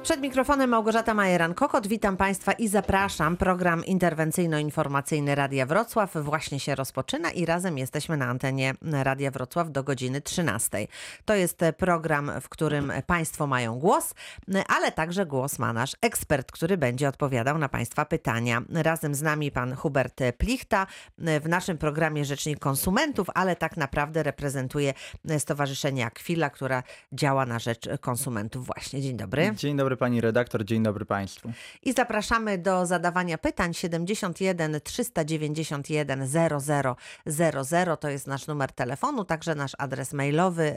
Przed mikrofonem Małgorzata Majeran-Kokot. Witam Państwa i zapraszam. Program interwencyjno-informacyjny Radia Wrocław właśnie się rozpoczyna i razem jesteśmy na antenie Radia Wrocław do godziny 13. To jest program, w którym Państwo mają głos, ale także głos ma nasz ekspert, który będzie odpowiadał na Państwa pytania. Razem z nami pan Hubert Plichta, w naszym programie Rzecznik Konsumentów, ale tak naprawdę reprezentuje Stowarzyszenie Akwila, która działa na rzecz konsumentów właśnie. Dzień dobry. Dzień dobry pani redaktor, dzień dobry państwu. I zapraszamy do zadawania pytań 71 391 0000. To jest nasz numer telefonu, także nasz adres mailowy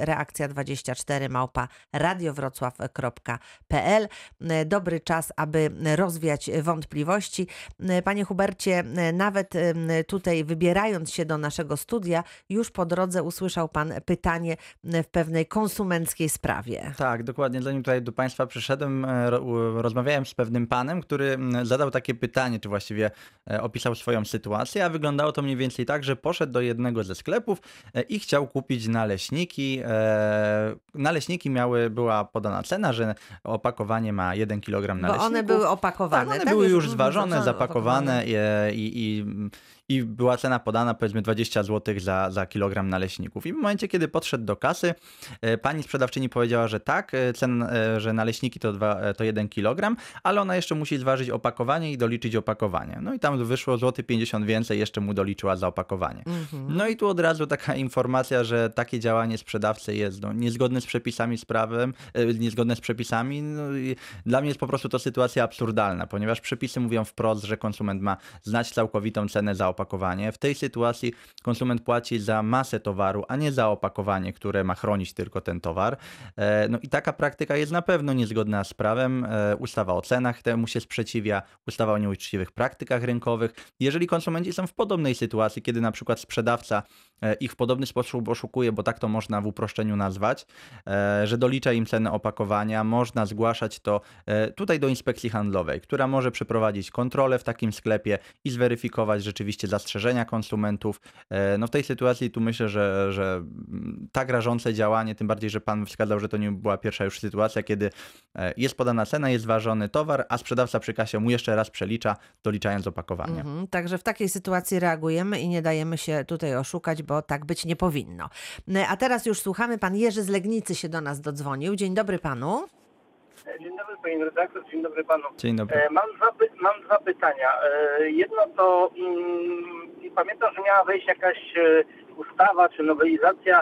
reakcja24@radiowrocław.pl. Dobry czas, aby rozwiać wątpliwości. Panie Hubercie, nawet tutaj wybierając się do naszego studia, już po drodze usłyszał pan pytanie w pewnej konsumenckiej sprawie. Tak, dokładnie. Zanim tutaj do państwa przyszedłem, rozmawiałem z pewnym panem, który zadał takie pytanie, czy właściwie opisał swoją sytuację, a wyglądało to mniej więcej tak, że poszedł do jednego ze sklepów i chciał kupić naleśniki. Naleśniki była podana cena, że opakowanie ma 1 kg naleśników. Bo one były opakowane. Tak, one były już zważone, zapakowane i była cena podana, powiedzmy 20 zł za kilogram naleśników. I w momencie, kiedy podszedł do kasy, pani sprzedawczyni powiedziała, że tak, że naleśniki to 1 kg, ale ona jeszcze musi zważyć opakowanie i doliczyć opakowanie. No i tam wyszło złoty 50 więcej, jeszcze mu doliczyła za opakowanie. No i tu od razu taka informacja, że takie działanie sprzedawcy jest niezgodne z przepisami niezgodne z przepisami. No i dla mnie jest po prostu to sytuacja absurdalna, ponieważ przepisy mówią wprost, że konsument ma znać całkowitą cenę za opakowanie. W tej sytuacji konsument płaci za masę towaru, a nie za opakowanie, które ma chronić tylko ten towar. No i taka praktyka jest na pewno niezgodna z prawem. Ustawa o cenach temu się sprzeciwia, ustawa o nieuczciwych praktykach rynkowych. Jeżeli konsumenci są w podobnej sytuacji, kiedy na przykład sprzedawca ich w podobny sposób oszukuje, bo tak to można w uproszczeniu nazwać, że dolicza im cenę opakowania, można zgłaszać to tutaj do inspekcji handlowej, która może przeprowadzić kontrolę w takim sklepie i zweryfikować rzeczywiście zastrzeżenia konsumentów. No w tej sytuacji tu myślę, że tak rażące działanie, tym bardziej, że pan wskazał, że to nie była pierwsza już sytuacja, kiedy jest podana cena, jest ważony towar, a sprzedawca przy kasie mu jeszcze raz przelicza, doliczając opakowanie. Także w takiej sytuacji reagujemy i nie dajemy się tutaj oszukać, bo tak być nie powinno. A teraz już słuchamy. Pan Jerzy z Legnicy się do nas dodzwonił. Dzień dobry panu. Dzień dobry pani redaktor, dzień dobry panu. Dzień dobry. Mam dwa pytania. Jedno to pamiętam, że miała wejść jakaś ustawa czy nowelizacja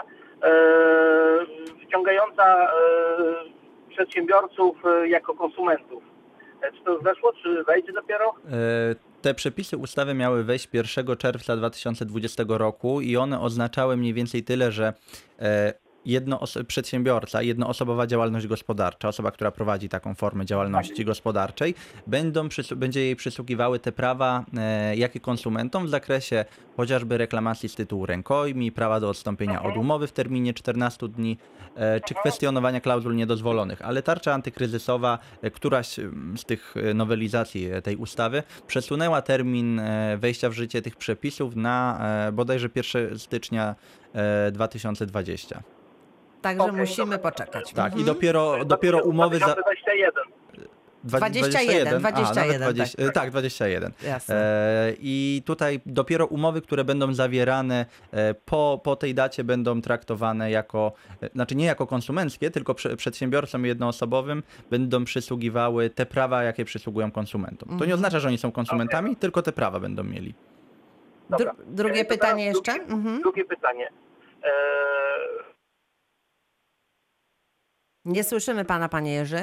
wciągająca przedsiębiorców jako konsumentów. Czy to zeszło, czy wejdzie dopiero? Te przepisy ustawy miały wejść 1 czerwca 2020 roku i one oznaczały mniej więcej tyle, że przedsiębiorca, jednoosobowa działalność gospodarcza, osoba, która prowadzi taką formę działalności gospodarczej, będzie jej przysługiwały te prawa, jakie konsumentom w zakresie chociażby reklamacji z tytułu rękojmi, prawa do odstąpienia od umowy w terminie 14 dni, czy kwestionowania klauzul niedozwolonych. Ale tarcza antykryzysowa, któraś z tych nowelizacji tej ustawy przesunęła termin wejścia w życie tych przepisów na bodajże 1 stycznia 2020. Także musimy poczekać. Tak, i dopiero umowy za... 2021. 21. Tak, 21. Jasne. I tutaj dopiero umowy, które będą zawierane po tej dacie, będą traktowane jako, znaczy nie jako konsumenckie, tylko przedsiębiorcom jednoosobowym będą przysługiwały te prawa, jakie przysługują konsumentom. To nie oznacza, że oni są konsumentami, tylko te prawa będą mieli. Drugie pytanie jeszcze? Drugie pytanie. Nie słyszymy pana, panie Jerzy.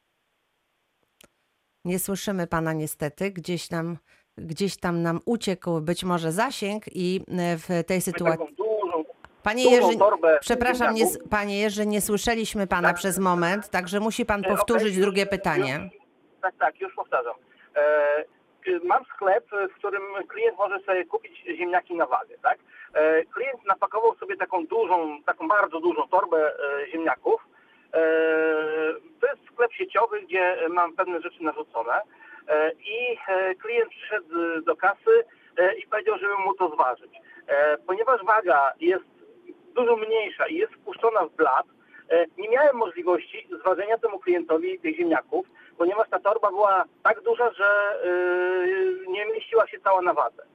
Nie słyszymy pana niestety. Gdzieś tam nam uciekł być może zasięg i w tej sytuacji... Panie Jerzy, przepraszam, panie Jerzy, nie słyszeliśmy pana przez moment, także musi pan powtórzyć drugie pytanie. Tak, już powtarzam. Mam sklep, w którym klient może sobie kupić ziemniaki na wagę, tak? Klient napakował sobie taką bardzo dużą torbę ziemniaków. To jest sklep sieciowy, gdzie mam pewne rzeczy narzucone i klient przyszedł do kasy i powiedział, żeby mu to zważyć. Ponieważ waga jest dużo mniejsza i jest wpuszczona w blat, Nie miałem możliwości zważenia temu klientowi tych ziemniaków, ponieważ ta torba była tak duża, że nie mieściła się cała na wadze.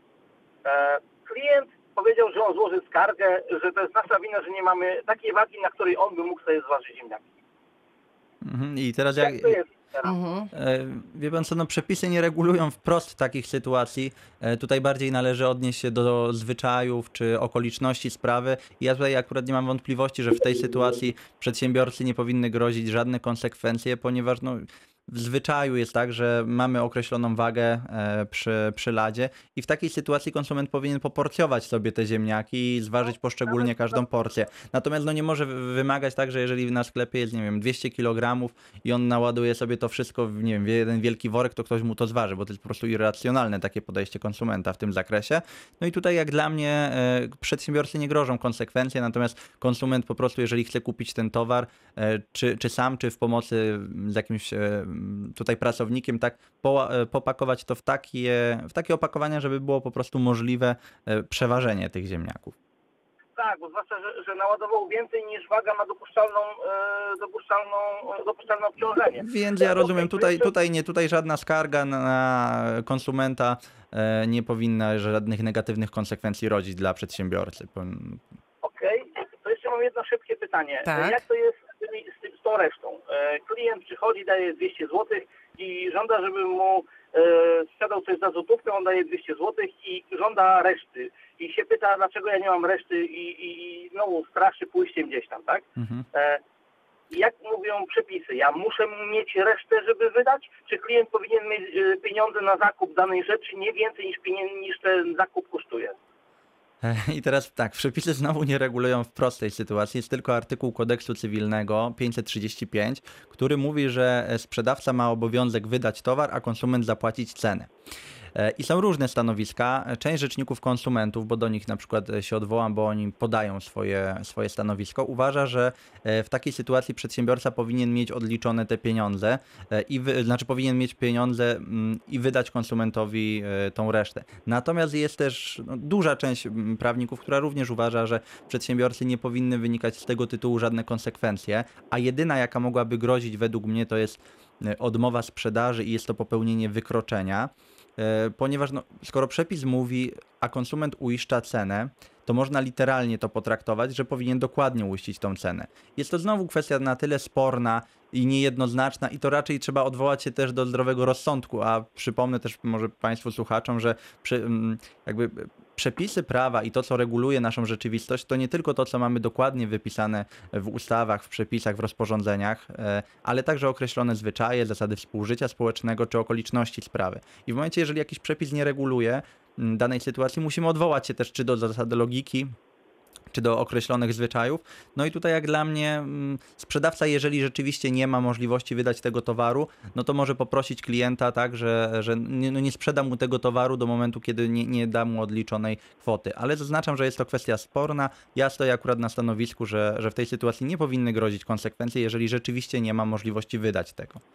Klient powiedział, że on złoży skargę, że to jest nasza wina, że nie mamy takiej wagi, na której on by mógł sobie zważyć ziemniaki. I teraz Jak to jest teraz? wie pan co, no przepisy nie regulują wprost takich sytuacji. Tutaj bardziej należy odnieść się do zwyczajów czy okoliczności sprawy. Ja tutaj akurat nie mam wątpliwości, że w tej sytuacji przedsiębiorcy nie powinny grozić żadne konsekwencje, ponieważ no, w zwyczaju jest tak, że mamy określoną wagę przy ladzie i w takiej sytuacji konsument powinien poporcjować sobie te ziemniaki i zważyć poszczególnie każdą porcję. Natomiast no nie może wymagać tak, że jeżeli na sklepie jest, nie wiem, 200 kg i on naładuje sobie to wszystko w, nie wiem, w jeden wielki worek, to ktoś mu to zważy, bo to jest po prostu irracjonalne takie podejście konsumenta w tym zakresie. No i tutaj jak dla mnie przedsiębiorcy nie grożą konsekwencje, natomiast konsument po prostu, jeżeli chce kupić ten towar, czy sam, czy w pomocy z jakimś tutaj pracownikiem, tak popakować to w takie opakowania, żeby było po prostu możliwe przeważenie tych ziemniaków. Tak, bo zwłaszcza, że naładował więcej niż waga ma dopuszczalne obciążenie. Więc ja rozumiem, tutaj żadna skarga na konsumenta nie powinna żadnych negatywnych konsekwencji rodzić dla przedsiębiorcy. Okej, to jeszcze mam jedno szybkie pytanie. Tak. Jak to jest z tą resztą? Klient przychodzi, daje 200 zł i żąda, żeby mu sprzedał coś za złotówkę, on daje 200 zł i żąda reszty. I się pyta, dlaczego ja nie mam reszty i znowu straszy pójściem gdzieś tam, tak? Mhm. Jak mówią przepisy? Ja muszę mieć resztę, żeby wydać? Czy klient powinien mieć pieniądze na zakup danej rzeczy nie więcej niż ten zakup kosztuje? I teraz tak, przepisy znowu nie regulują wprost tej sytuacji. Jest tylko artykuł kodeksu cywilnego 535, który mówi, że sprzedawca ma obowiązek wydać towar, a konsument zapłacić cenę. I są różne stanowiska. Część rzeczników konsumentów, bo do nich na przykład się odwołam, bo oni podają swoje stanowisko, uważa, że w takiej sytuacji przedsiębiorca powinien mieć odliczone te pieniądze, znaczy powinien mieć pieniądze i wydać konsumentowi tą resztę. Natomiast jest też duża część prawników, która również uważa, że przedsiębiorcy nie powinny wynikać z tego tytułu żadne konsekwencje, a jedyna jaka mogłaby grozić według mnie to jest odmowa sprzedaży i jest to popełnienie wykroczenia. Ponieważ skoro przepis mówi, a konsument uiszcza cenę, to można literalnie to potraktować, że powinien dokładnie uiścić tą cenę. Jest to znowu kwestia na tyle sporna i niejednoznaczna i to raczej trzeba odwołać się też do zdrowego rozsądku, a przypomnę też może Państwu słuchaczom, że jakby przepisy prawa i to, co reguluje naszą rzeczywistość, to nie tylko to, co mamy dokładnie wypisane w ustawach, w przepisach, w rozporządzeniach, ale także określone zwyczaje, zasady współżycia społecznego czy okoliczności sprawy. I w momencie, jeżeli jakiś przepis nie reguluje danej sytuacji, musimy odwołać się też czy do zasady logiki, czy do określonych zwyczajów. No i tutaj jak dla mnie sprzedawca, jeżeli rzeczywiście nie ma możliwości wydać tego towaru, no to może poprosić klienta tak, że nie sprzeda mu tego towaru do momentu, kiedy nie da mu odliczonej kwoty. Ale zaznaczam, że jest to kwestia sporna. Ja stoję akurat na stanowisku, że w tej sytuacji nie powinny grozić konsekwencje, jeżeli rzeczywiście nie ma możliwości wydać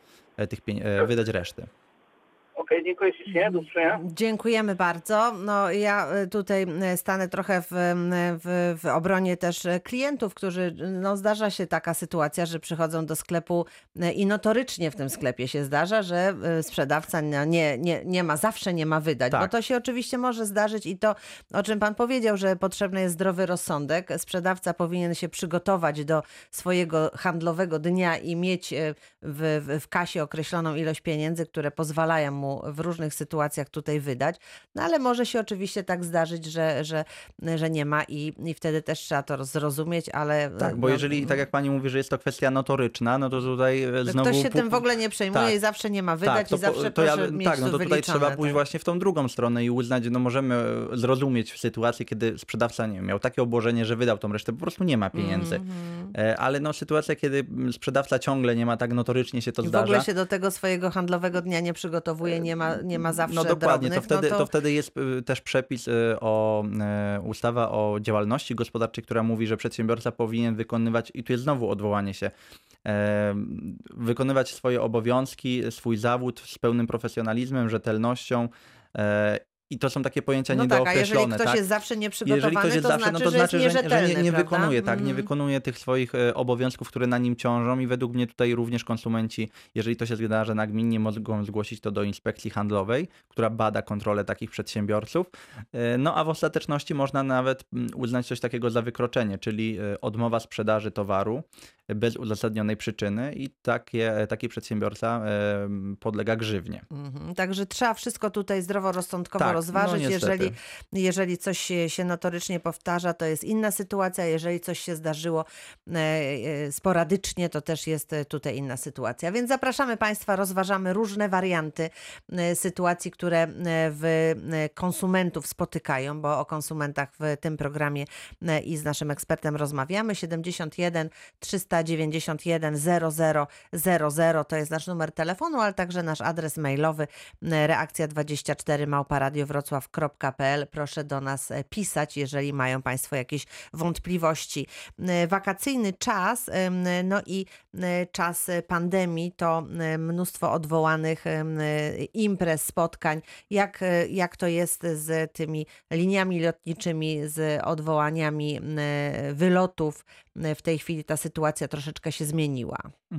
wydać reszty. Okej, dziękuję ślicznie. Do usłyszenia. Dziękujemy bardzo. No, ja tutaj stanę trochę w obronie też klientów, którzy, no zdarza się taka sytuacja, że przychodzą do sklepu i notorycznie w tym sklepie się zdarza, że sprzedawca zawsze nie ma wydać. Tak. Bo to się oczywiście może zdarzyć i to, o czym pan powiedział, że potrzebny jest zdrowy rozsądek. Sprzedawca powinien się przygotować do swojego handlowego dnia i mieć w kasie określoną ilość pieniędzy, które pozwalają mu w różnych sytuacjach tutaj wydać, no ale może się oczywiście tak zdarzyć, że nie ma i wtedy też trzeba to zrozumieć, ale... Tak, bo jeżeli, tak jak pani mówi, że jest to kwestia notoryczna, no to tutaj znowu... Ktoś się tym w ogóle nie przejmuje i zawsze nie ma wydać i zawsze proszę mieć tak, no to tutaj trzeba pójść właśnie w tą drugą stronę i uznać, no możemy zrozumieć w sytuacji, kiedy sprzedawca nie miał takie obłożenie, że wydał tą resztę, po prostu nie ma pieniędzy. Ale no sytuacja, kiedy sprzedawca ciągle nie ma, tak notorycznie się to i zdarza. w ogóle się do tego swojego handlowego dnia nie przygotowuje, nie ma zawsze no dokładnie, drobnych, to wtedy jest też przepis ustawa o działalności gospodarczej, która mówi, że przedsiębiorca powinien wykonywać, i tu jest znowu odwołanie się, wykonywać swoje obowiązki, swój zawód z pełnym profesjonalizmem, rzetelnością I to są takie pojęcia No tak, a niedookreślone. jeżeli ktoś tak? jest zawsze nieprzygotowany, Jeżeli ktoś jest to zawsze, znaczy, no to że jest znaczy, że nierzetelny, nie prawda? wykonuje, tak, nie wykonuje tych swoich obowiązków, które na nim ciążą i według mnie tutaj również konsumenci, jeżeli to się zdarza nagminnie, mogą zgłosić to do inspekcji handlowej, która bada kontrolę takich przedsiębiorców. No a w ostateczności można nawet uznać coś takiego za wykroczenie, czyli odmowa sprzedaży towaru bez uzasadnionej przyczyny i taki przedsiębiorca podlega grzywnie. Także trzeba wszystko tutaj zdroworozsądkowo Tak, rozważyć. no niestety. Jeżeli coś się notorycznie powtarza, to jest inna sytuacja. Jeżeli coś się zdarzyło sporadycznie, to też jest tutaj inna sytuacja. Więc zapraszamy Państwa, rozważamy różne warianty sytuacji, które konsumentów spotykają, bo o konsumentach w tym programie i z naszym ekspertem rozmawiamy. 71 391 0000 to jest nasz numer telefonu, ale także nasz adres mailowy reakcja24@radiowrocław.pl. Proszę do nas pisać, jeżeli mają Państwo jakieś wątpliwości. Wakacyjny czas, no i czas pandemii to mnóstwo odwołanych imprez, spotkań. Jak to jest z tymi liniami lotniczymi, z odwołaniami wylotów? W tej chwili ta sytuacja troszeczkę się zmieniła.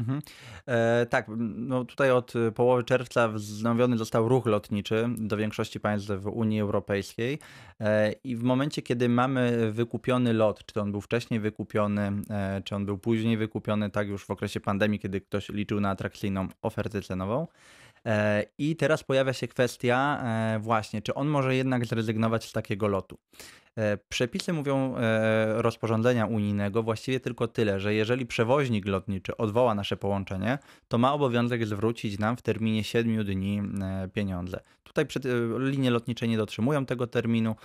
Tak, no tutaj od połowy czerwca wznowiony został ruch lotniczy do większości państw w Unii Europejskiej i w momencie, kiedy mamy wykupiony lot, czy to on był wcześniej wykupiony, czy on był później wykupiony, tak już w okresie pandemii, kiedy ktoś liczył na atrakcyjną ofertę cenową. I teraz pojawia się kwestia właśnie, czy on może jednak zrezygnować z takiego lotu. Przepisy mówią rozporządzenia unijnego właściwie tylko tyle, że jeżeli przewoźnik lotniczy odwoła nasze połączenie, to ma obowiązek zwrócić nam w terminie 7 dni pieniądze. Tutaj linie lotnicze nie dotrzymują tego terminu,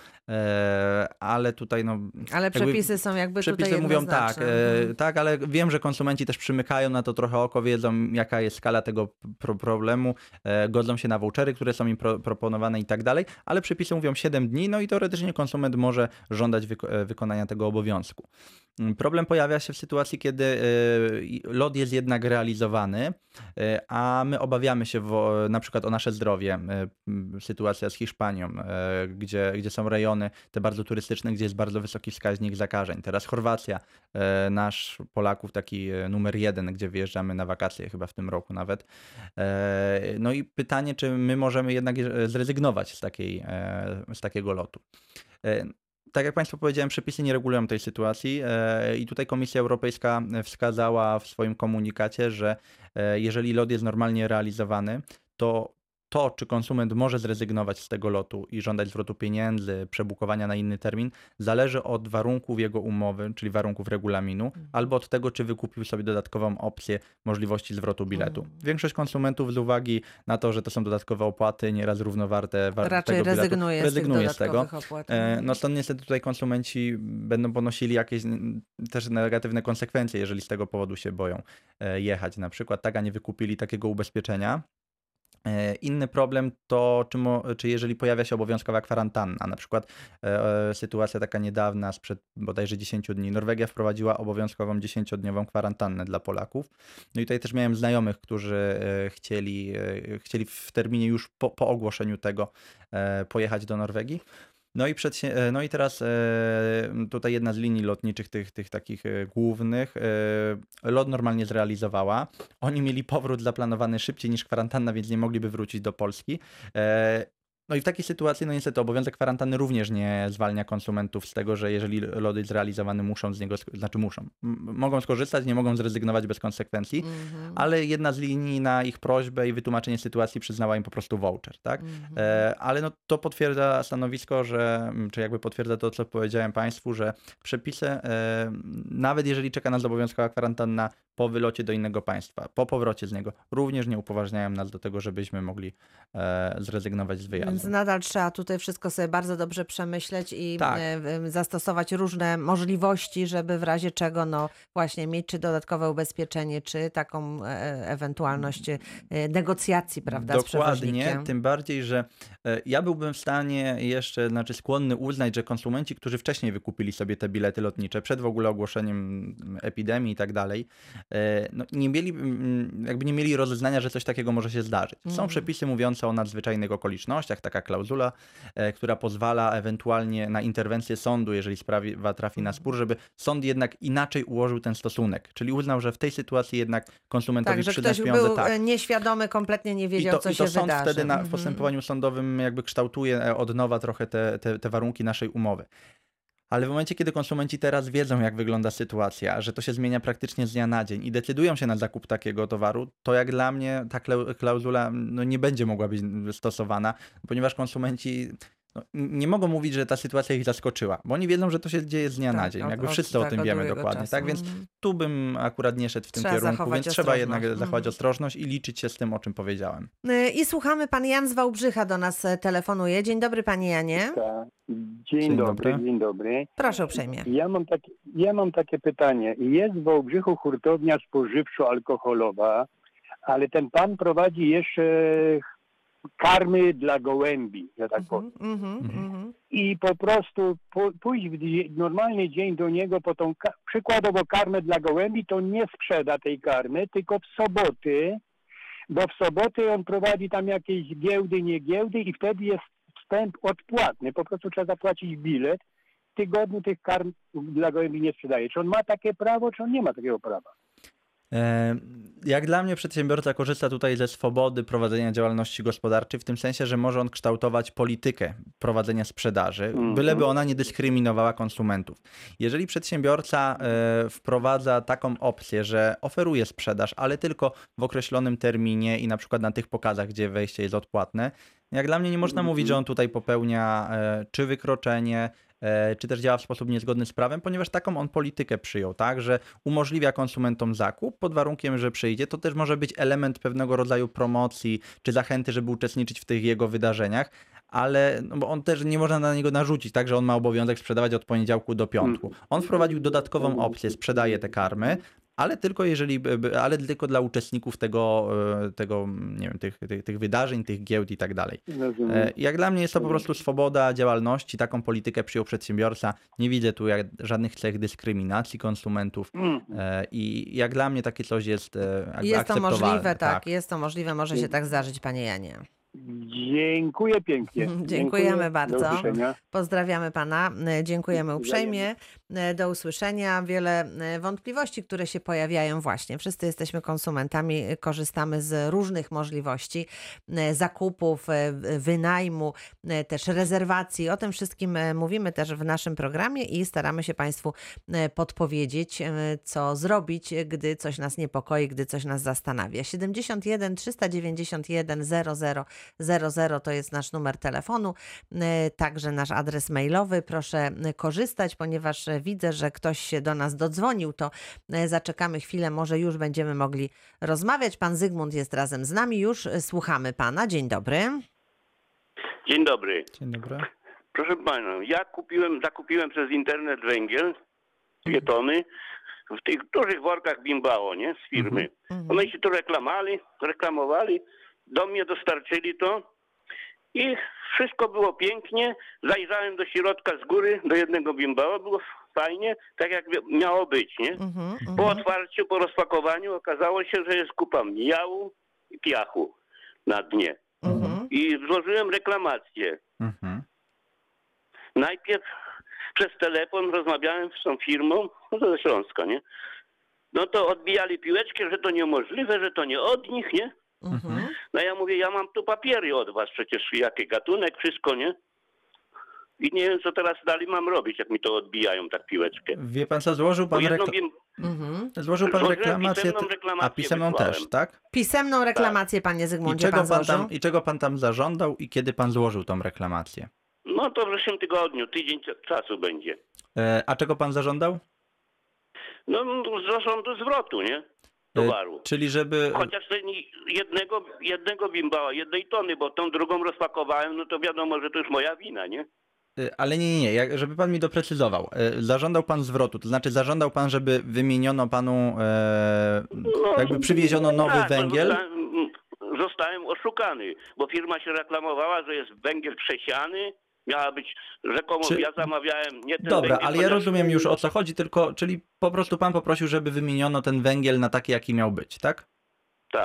ale tutaj no... Ale przepisy są jakby przepisy tutaj mówią jednoznaczne. tak, ale wiem, że konsumenci też przymykają na to trochę oko, wiedzą jaka jest skala tego problemu, godzą się na vouchery, które są im proponowane i tak dalej, ale przepisy mówią 7 dni, no i teoretycznie konsument może żądać wykonania tego obowiązku. Problem pojawia się w sytuacji, kiedy lot jest jednak realizowany, a my obawiamy się na przykład o nasze zdrowie. Sytuacja z Hiszpanią, gdzie są rejony te bardzo turystyczne, gdzie jest bardzo wysoki wskaźnik zakażeń. Teraz Chorwacja, nasz Polaków taki numer 1, gdzie wyjeżdżamy na wakacje chyba w tym roku nawet. No i pytanie, czy my możemy jednak zrezygnować z takiego lotu. Tak jak Państwu powiedziałem, przepisy nie regulują tej sytuacji i tutaj Komisja Europejska wskazała w swoim komunikacie, że jeżeli lot jest normalnie realizowany, to czy konsument może zrezygnować z tego lotu i żądać zwrotu pieniędzy, przebukowania na inny termin, zależy od warunków jego umowy, czyli warunków regulaminu, albo od tego, czy wykupił sobie dodatkową opcję możliwości zwrotu biletu. Większość konsumentów z uwagi na to, że to są dodatkowe opłaty, nieraz równowarte raczej tego biletu, rezygnuje z tego. Opłat. No stąd niestety tutaj konsumenci będą ponosili jakieś też negatywne konsekwencje, jeżeli z tego powodu się boją jechać na przykład, tak, a nie wykupili takiego ubezpieczenia. Inny problem to, czy jeżeli pojawia się obowiązkowa kwarantanna, na przykład sytuacja taka niedawna, sprzed bodajże 10 dni, Norwegia wprowadziła obowiązkową 10-dniową kwarantannę dla Polaków. No i tutaj też miałem znajomych, którzy chcieli w terminie już po ogłoszeniu tego pojechać do Norwegii. No i teraz tutaj jedna z linii lotniczych, tych takich głównych, lot normalnie zrealizowała. Oni mieli powrót zaplanowany szybciej niż kwarantanna, więc nie mogliby wrócić do Polski. No i w takiej sytuacji, no niestety obowiązek kwarantanny również nie zwalnia konsumentów z tego, że jeżeli lot jest zrealizowany, mogą skorzystać, nie mogą zrezygnować bez konsekwencji, ale jedna z linii na ich prośbę i wytłumaczenie sytuacji przyznała im po prostu voucher, tak? Ale no to potwierdza stanowisko, czy jakby potwierdza to, co powiedziałem Państwu, że przepisy, nawet jeżeli czeka nas obowiązkowa kwarantanna po wylocie do innego państwa, po powrocie z niego, również nie upoważniają nas do tego, żebyśmy mogli zrezygnować z wyjazdu. Więc nadal trzeba tutaj wszystko sobie bardzo dobrze przemyśleć i zastosować różne możliwości, żeby w razie czego właśnie mieć czy dodatkowe ubezpieczenie, czy taką ewentualność negocjacji, prawda, z przewoźnikiem. Dokładnie, tym bardziej, że ja byłbym w stanie jeszcze, skłonny uznać, że konsumenci, którzy wcześniej wykupili sobie te bilety lotnicze, przed w ogóle ogłoszeniem epidemii i tak dalej, nie mieli rozeznania, że coś takiego może się zdarzyć. Są przepisy mówiące o nadzwyczajnych okolicznościach, kontraktach taka klauzula, która pozwala ewentualnie na interwencję sądu, jeżeli sprawa trafi na spór, żeby sąd jednak inaczej ułożył ten stosunek. Czyli uznał, że w tej sytuacji jednak konsumentowi Tak, że przydać ktoś pieniądze. był nieświadomy, kompletnie nie wiedział, co się sąd wydarzy. wtedy w postępowaniu sądowym jakby kształtuje od nowa trochę te warunki naszej umowy. Ale w momencie, kiedy konsumenci teraz wiedzą, jak wygląda sytuacja, że to się zmienia praktycznie z dnia na dzień i decydują się na zakup takiego towaru, to jak dla mnie ta klauzula nie będzie mogła być stosowana, ponieważ konsumenci nie mogą mówić, że ta sytuacja ich zaskoczyła, bo oni wiedzą, że to się dzieje z dnia na dzień. Jakby wszyscy o tym wiemy dokładnie. Tak, więc tu bym akurat nie szedł w tym kierunku, więc trzeba jednak zachować ostrożność i liczyć się z tym, o czym powiedziałem. I słuchamy, pan Jan z Wałbrzycha do nas telefonuje. Dzień dobry, panie Janie. Dzień dobry. Proszę uprzejmie. Ja mam takie pytanie. Jest w Wałbrzychu hurtownia spożywczo-alkoholowa, ale ten pan prowadzi jeszcze karmy dla gołębi, że tak powiem. I po prostu pójść w normalny dzień do niego po tą przykładowo karmę dla gołębi, to nie sprzeda tej karmy, tylko w soboty, bo w soboty on prowadzi tam jakieś giełdy, nie giełdy i wtedy jest wstęp odpłatny. Po prostu trzeba zapłacić bilet. W tygodniu tych karm dla gołębi nie sprzedaje. Czy on ma takie prawo, czy on nie ma takiego prawa? Jak dla mnie przedsiębiorca korzysta tutaj ze swobody prowadzenia działalności gospodarczej, w tym sensie, że może on kształtować politykę prowadzenia sprzedaży, byleby ona nie dyskryminowała konsumentów. Jeżeli przedsiębiorca wprowadza taką opcję, że oferuje sprzedaż, ale tylko w określonym terminie i na przykład na tych pokazach, gdzie wejście jest odpłatne, jak dla mnie nie można mówić, że on tutaj popełnia czy wykroczenie, czy też działa w sposób niezgodny z prawem, ponieważ taką on politykę przyjął, tak, że umożliwia konsumentom zakup pod warunkiem, że przyjdzie. To też może być element pewnego rodzaju promocji, czy zachęty, żeby uczestniczyć w tych jego wydarzeniach, ale bo on też nie można na niego narzucić, tak, że on ma obowiązek sprzedawać od poniedziałku do piątku. On wprowadził dodatkową opcję, sprzedaje te karmy, ale tylko dla uczestników tego nie wiem, tych wydarzeń, tych giełd i tak dalej. Jak dla mnie jest to po prostu swoboda działalności, taką politykę przyjął przedsiębiorca. Nie widzę tu żadnych cech dyskryminacji konsumentów i jak dla mnie takie coś jest Jest to akceptowalne. możliwe, tak, jest to możliwe, może się tak zdarzyć, panie Janie. Dziękuję pięknie. Dziękujemy bardzo. Do usłyszenia. Pozdrawiamy pana. Dziękujemy uprzejmie. Do usłyszenia. Wiele wątpliwości, które się pojawiają właśnie. Wszyscy jesteśmy konsumentami, korzystamy z różnych możliwości zakupów, wynajmu, też rezerwacji. O tym wszystkim mówimy też w naszym programie i staramy się państwu podpowiedzieć, co zrobić, gdy coś nas niepokoi, gdy coś nas zastanawia. 71 391 00 to jest nasz numer telefonu, także nasz adres mailowy. Proszę korzystać, ponieważ widzę, że ktoś się do nas dodzwonił, to zaczekamy chwilę, może już będziemy mogli rozmawiać. Pan Zygmunt jest razem z nami, już słuchamy pana. Dzień dobry. Dzień dobry. Dzień dobry. Proszę pana, ja zakupiłem przez internet węgiel, 2 tony, w tych dużych workach Bimbało, nie, z firmy. One się to reklamowali, do mnie dostarczyli to i wszystko było pięknie. Zajrzałem do środka z góry, do jednego Bimbała, było fajnie, tak jak miało być, nie? Po otwarciu, po rozpakowaniu okazało się, że jest kupa mniału i piachu na dnie. I złożyłem reklamację. Najpierw przez telefon rozmawiałem z tą firmą, no to ze Śląska, nie? No to odbijali piłeczkę, że to niemożliwe, że to nie od nich, nie? No ja mówię, ja mam tu papiery od was, przecież jaki gatunek, wszystko, nie? I nie wiem, co teraz dalej mam robić, jak mi to odbijają, tak piłeczkę. Wie pan co, złożył pan reklamację, a pisemną wysłałem. też, tak? Pisemną reklamację, panie Zygmuncie, pan złożył? I czego pan tam zażądał i kiedy pan złożył tą reklamację? No to w zeszłym tygodniu, tydzień czasu będzie. A czego pan zażądał? No z zarządu zwrotu, nie? Towaru. Czyli żeby... Chociaż ten jednego bimbała, 1 tony, bo tą drugą rozpakowałem, no to wiadomo, że to już moja wina, nie? Ale nie, żeby pan mi doprecyzował. Zażądał pan zwrotu, to znaczy zażądał pan, żeby wymieniono panu, jakby przywieziono nowy węgiel? Zostałem oszukany, bo firma się reklamowała, że jest węgiel przesiany, miała być rzekomo, ja zamawiałem nie ten Dobra, węgiel. ale ja rozumiem już o co chodzi, czyli po prostu pan poprosił, żeby wymieniono ten węgiel na taki, jaki miał być, tak? Tak.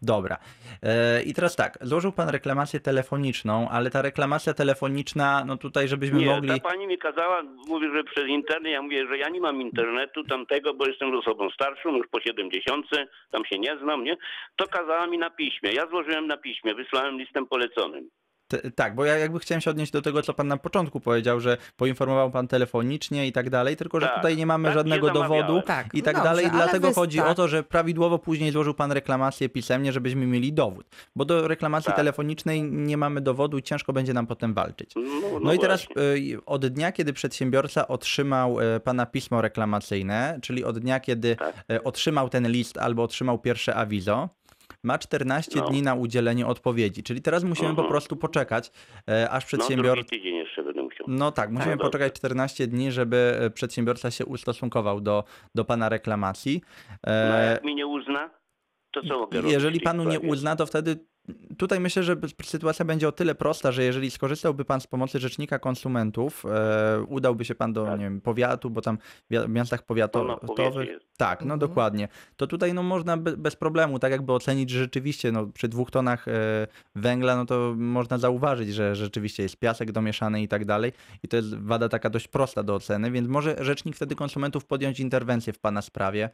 Dobra. I teraz tak, złożył pan reklamację telefoniczną, ale ta reklamacja telefoniczna, no tutaj, żebyśmy Nie, mogli... ta pani mi kazała, mówi, że przez internet, ja mówię, że ja nie mam internetu tamtego, bo jestem osobą starszą, już po 70, tam się nie znam, nie? To kazała mi na piśmie. Ja złożyłem na piśmie, wysłałem listem poleconym. Tak, bo ja jakby chciałem się odnieść do tego, co pan na początku powiedział, że poinformował pan telefonicznie i tak dalej, tylko że Tak, tutaj nie mamy tak żadnego się dowodu zamawiałem. Tak, i tak dobrze, dalej. ale Dlatego chodzi tak. o to, że prawidłowo później złożył pan reklamację pisemnie, żebyśmy mieli dowód. Bo do reklamacji Tak. telefonicznej nie mamy dowodu i ciężko będzie nam potem walczyć. No i teraz od dnia, kiedy przedsiębiorca otrzymał pana pismo reklamacyjne, czyli od dnia, kiedy otrzymał ten list albo otrzymał pierwsze awizo, ma 14 dni na udzielenie odpowiedzi. Czyli teraz musimy po prostu poczekać, aż przedsiębiorca... drugi tydzień jeszcze będę musiał. No tak, musimy poczekać 14 dni, żeby przedsiębiorca się ustosunkował do pana reklamacji. No jak mi nie uzna, to co mogę robić? Jeżeli w tej panu nie sprawie? uzna, to wtedy tutaj myślę, że sytuacja będzie o tyle prosta, że jeżeli skorzystałby pan z pomocy rzecznika konsumentów, udałby się pan do nie wiem, powiatu, bo tam w miastach powiatowych... jest. Tak, no dokładnie. To tutaj no, można bez problemu tak jakby ocenić, że rzeczywiście no, przy 2 tonach węgla, no to można zauważyć, że rzeczywiście jest piasek domieszany i tak dalej. I to jest wada taka dość prosta do oceny, więc może rzecznik wtedy konsumentów podjąć interwencję w pana sprawie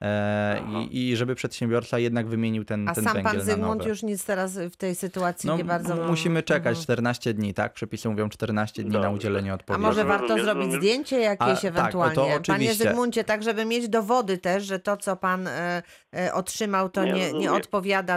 i żeby przedsiębiorca jednak wymienił ten A ten sam węgiel pan na Zygmunt nowe. już nic teraz w tej sytuacji No, nie bardzo... musimy czekać 14 dni, tak? Przepisy mówią 14 dni na Dobrze. udzielenie A odpowiedzi. może Rozumiem, warto zrobić rozumiem. zdjęcie jakieś Tak, ewentualnie? to Panie oczywiście. Zygmuncie, tak żeby mieć dowody też, że to, co pan otrzymał, to Nie nie rozumiem. odpowiada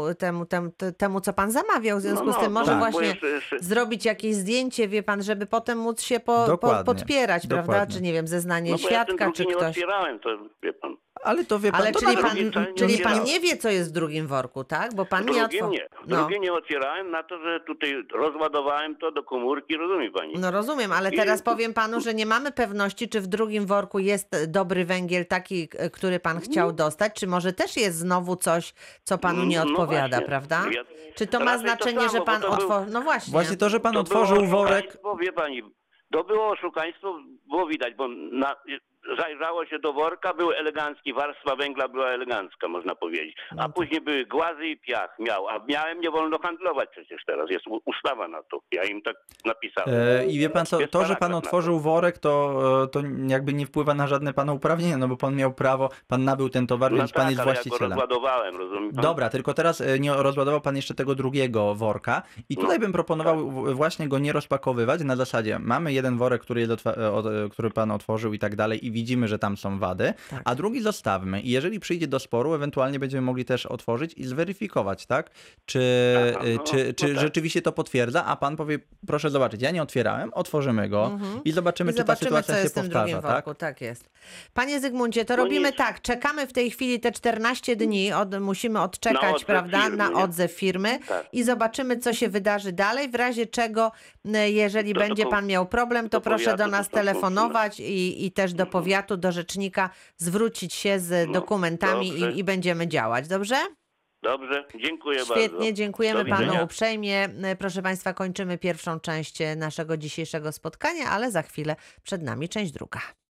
temu, co pan zamawiał. W związku z tym może tak. właśnie zrobić jakieś zdjęcie, wie pan, żeby potem móc się Dokładnie. podpierać, prawda? Dokładnie. Czy nie wiem, zeznanie No bo ja ten świadka, drugi czy nie ktoś. otwierałem, to wie pan. Ale to wie pan, Ale to czyli nawet- pan, nie czyli pan otwierałem. nie wie, co jest w drugim worku, tak? Bo pan nie Drugie otworzył. nie. Drugie nie otwierałem na to, że tutaj rozładowałem to do komórki, rozumie pani? No rozumiem, ale teraz powiem panu, że nie mamy pewności, czy w drugim worku jest dobry węgiel taki, który pan chciał dostać, czy może też jest znowu coś, co panu nie No odpowiada, właśnie. prawda? Czy to ma Raczej to znaczenie, samo, że bo pan to był- otworzył? No właśnie. Właśnie to, że pan To otworzył było worek... oszukaństwo, wie pani, to było oszukaństwo, było widać, bo zajrzało się do worka, był elegancki, warstwa węgla była elegancka, można powiedzieć. A później były głazy i piach a miałem, nie wolno handlować przecież teraz, jest ustawa na to. Ja im tak napisałem. I wie pan co, Jest to, że pan paragraf na otworzył worek, to jakby nie wpływa na żadne pana uprawnienia, no bo pan miał prawo, pan nabył ten towar, No więc pan tak, jest ale ja go właścicielem. rozładowałem, rozumie pan? Dobra, tylko teraz nie rozładował pan jeszcze tego drugiego worka i tutaj bym proponował właśnie go nie rozpakowywać na zasadzie mamy jeden worek, który pan otworzył i tak dalej i widzimy, że tam są wady, Tak. a drugi zostawmy i jeżeli przyjdzie do sporu, ewentualnie będziemy mogli też otworzyć i zweryfikować, tak? Czy tak. rzeczywiście to potwierdza, a pan powie, proszę zobaczyć, ja nie otwierałem, otworzymy go i zobaczymy, czy ta sytuacja co się jest w tym drugim powtarza, tak? worku. Tak jest. Panie Zygmuncie, to No robimy nic. tak, czekamy w tej chwili te 14 dni, musimy Na odczekać, odzew prawda, firmy, na nie? odzew firmy Tak. i zobaczymy, co się wydarzy dalej, w razie czego, jeżeli To będzie do pan miał problem, to do proszę powiatu, do nas to są telefonować i też do powiatu, do rzecznika zwrócić się z dokumentami dobrze. i będziemy działać, dobrze? Dobrze, dziękuję bardzo. Świetnie, dziękujemy Do panu widzenia. uprzejmie. Proszę państwa, kończymy pierwszą część naszego dzisiejszego spotkania, ale za chwilę przed nami część druga.